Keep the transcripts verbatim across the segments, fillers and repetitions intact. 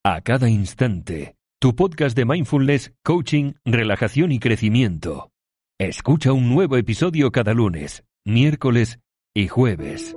A cada instante, tu podcast de mindfulness, coaching, relajación y crecimiento. Escucha un nuevo episodio cada lunes, miércoles y jueves.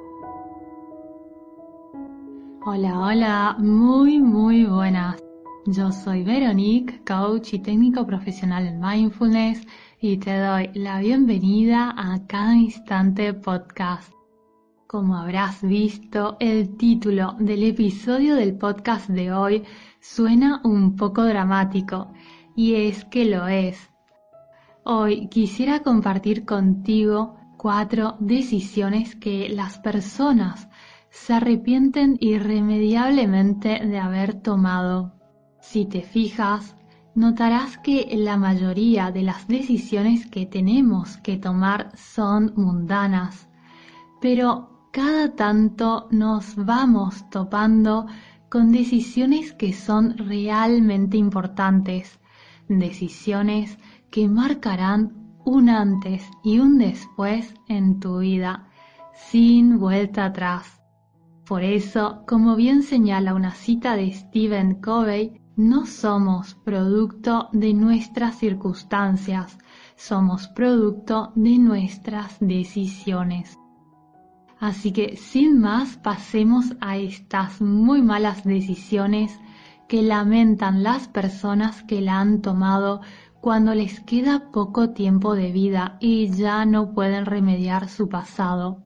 Hola, hola, muy, muy buenas. Yo soy Veronique, coach y técnico profesional en mindfulness, y te doy la bienvenida a Cada Instante Podcast. Como habrás visto, el título del episodio del podcast de hoy suena un poco dramático, y es que lo es. Hoy quisiera compartir contigo cuatro decisiones que las personas se arrepienten irremediablemente de haber tomado. Si te fijas, notarás que la mayoría de las decisiones que tenemos que tomar son mundanas, pero cada tanto nos vamos topando con decisiones que son realmente importantes, decisiones que marcarán un antes y un después en tu vida, sin vuelta atrás. Por eso, como bien señala una cita de Stephen Covey, no somos producto de nuestras circunstancias, somos producto de nuestras decisiones. Así que sin más, pasemos a estas muy malas decisiones que lamentan las personas que la han tomado cuando les queda poco tiempo de vida y ya no pueden remediar su pasado.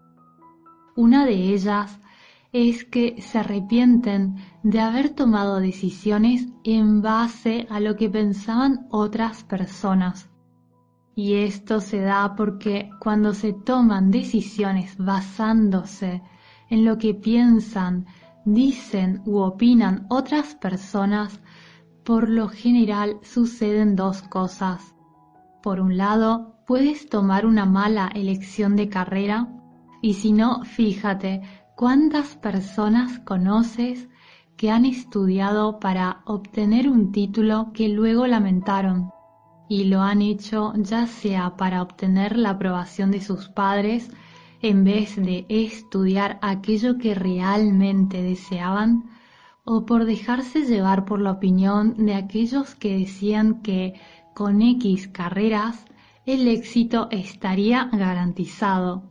Una de ellas es que se arrepienten de haber tomado decisiones en base a lo que pensaban otras personas. Y esto se da porque cuando se toman decisiones basándose en lo que piensan, dicen u opinan otras personas, por lo general suceden dos cosas. Por un lado, puedes tomar una mala elección de carrera, y si no, fíjate cuántas personas conoces que han estudiado para obtener un título que luego lamentaron. Y lo han hecho ya sea para obtener la aprobación de sus padres en vez de estudiar aquello que realmente deseaban, o por dejarse llevar por la opinión de aquellos que decían que con X carreras el éxito estaría garantizado.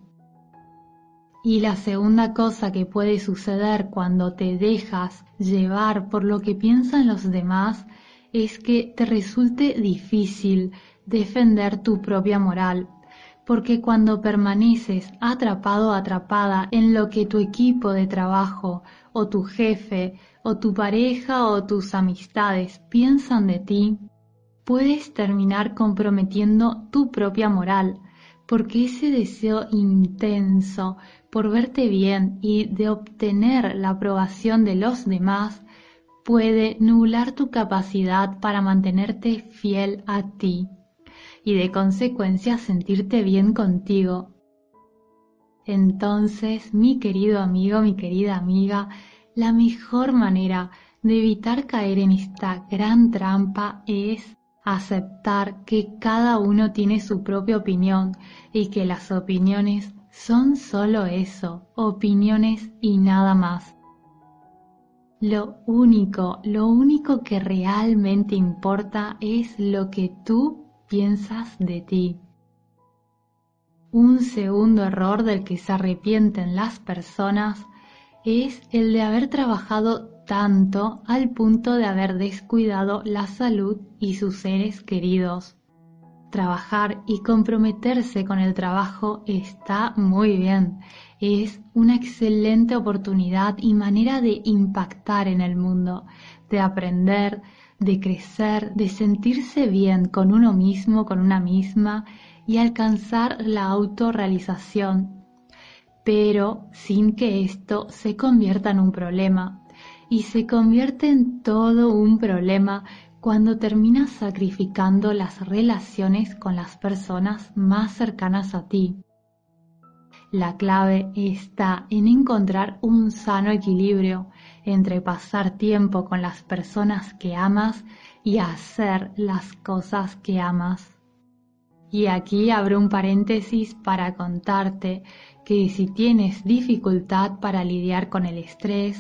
Y la segunda cosa que puede suceder cuando te dejas llevar por lo que piensan los demás es que te resulte difícil defender tu propia moral, porque cuando permaneces atrapado o atrapada en lo que tu equipo de trabajo o tu jefe o tu pareja o tus amistades piensan de ti, puedes terminar comprometiendo tu propia moral, porque ese deseo intenso por verte bien y de obtener la aprobación de los demás puede nublar tu capacidad para mantenerte fiel a ti y de consecuencia sentirte bien contigo. Entonces, mi querido amigo, mi querida amiga, la mejor manera de evitar caer en esta gran trampa es aceptar que cada uno tiene su propia opinión y que las opiniones son solo eso, opiniones y nada más. Lo único, lo único que realmente importa es lo que tú piensas de ti. Un segundo error del que se arrepienten las personas es el de haber trabajado tanto al punto de haber descuidado la salud y sus seres queridos. Trabajar y comprometerse con el trabajo está muy bien. Es una excelente oportunidad y manera de impactar en el mundo, de aprender, de crecer, de sentirse bien con uno mismo, con una misma y alcanzar la autorrealización, pero sin que esto se convierta en un problema. Y se convierte en todo un problema cuando terminas sacrificando las relaciones con las personas más cercanas a ti. La clave está en encontrar un sano equilibrio entre pasar tiempo con las personas que amas y hacer las cosas que amas. Y aquí abro un paréntesis para contarte que si tienes dificultad para lidiar con el estrés,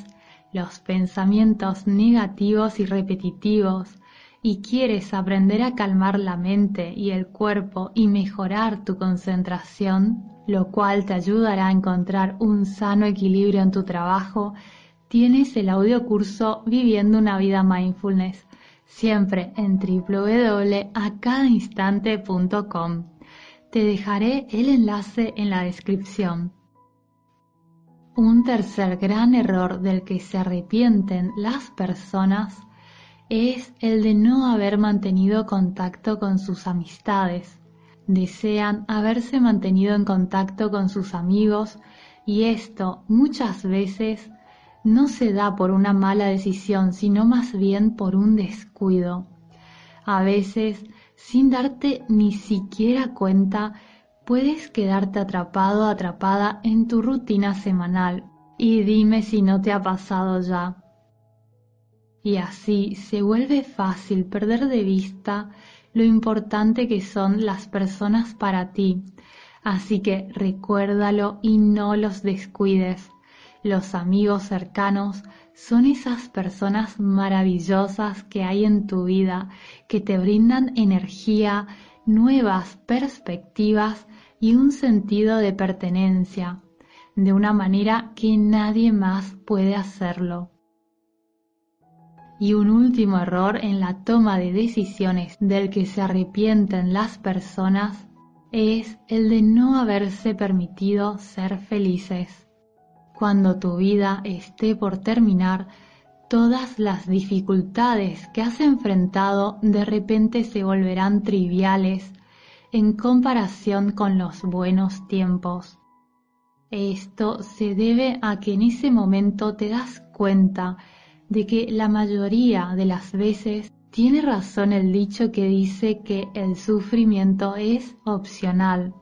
los pensamientos negativos y repetitivos, y quieres aprender a calmar la mente y el cuerpo y mejorar tu concentración, lo cual te ayudará a encontrar un sano equilibrio en tu trabajo, tienes el audiocurso Viviendo una vida mindfulness, siempre en doble u doble u doble u punto a cada instante punto com. Te dejaré el enlace en la descripción. Un tercer gran error del que se arrepienten las personas es el de no haber mantenido contacto con sus amistades. Desean haberse mantenido en contacto con sus amigos y esto muchas veces no se da por una mala decisión, sino más bien por un descuido. A veces, sin darte ni siquiera cuenta, puedes quedarte atrapado o atrapada en tu rutina semanal. Y dime si no te ha pasado ya. Y así se vuelve fácil perder de vista lo importante que son las personas para ti. Así que recuérdalo y no los descuides. Los amigos cercanos son esas personas maravillosas que hay en tu vida, que te brindan energía, nuevas perspectivas y un sentido de pertenencia, de una manera que nadie más puede hacerlo. Y un último error en la toma de decisiones del que se arrepienten las personas es el de no haberse permitido ser felices. Cuando tu vida esté por terminar, todas las dificultades que has enfrentado de repente se volverán triviales en comparación con los buenos tiempos. Esto se debe a que en ese momento te das cuenta de que la mayoría de las veces tiene razón el dicho que dice que el sufrimiento es opcional.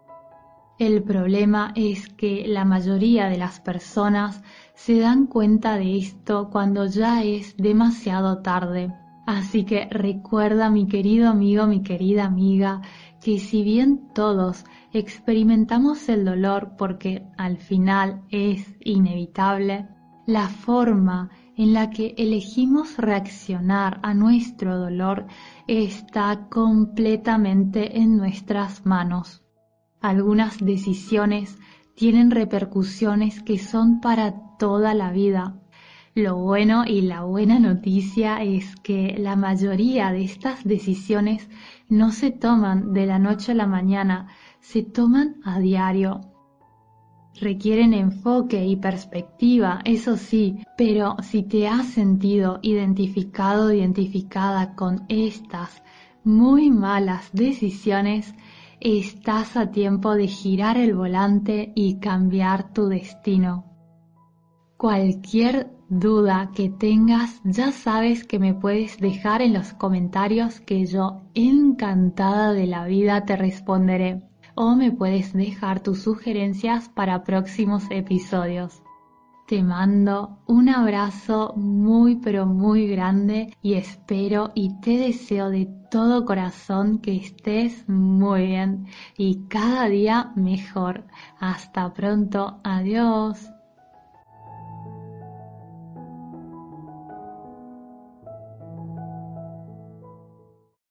El problema es que la mayoría de las personas se dan cuenta de esto cuando ya es demasiado tarde. Así que recuerda, mi querido amigo, mi querida amiga, que si bien todos experimentamos el dolor porque al final es inevitable, la forma en la que elegimos reaccionar a nuestro dolor está completamente en nuestras manos. Algunas decisiones tienen repercusiones que son para toda la vida. Lo bueno y la buena noticia es que la mayoría de estas decisiones no se toman de la noche a la mañana, se toman a diario. Requieren enfoque y perspectiva, eso sí, pero si te has sentido identificado o identificada con estas muy malas decisiones, estás a tiempo de girar el volante y cambiar tu destino. Cualquier duda que tengas, ya sabes que me puedes dejar en los comentarios que yo encantada de la vida te responderé. O me puedes dejar tus sugerencias para próximos episodios. Te mando un abrazo muy pero muy grande y espero y te deseo de todo corazón que estés muy bien y cada día mejor. Hasta pronto, adiós.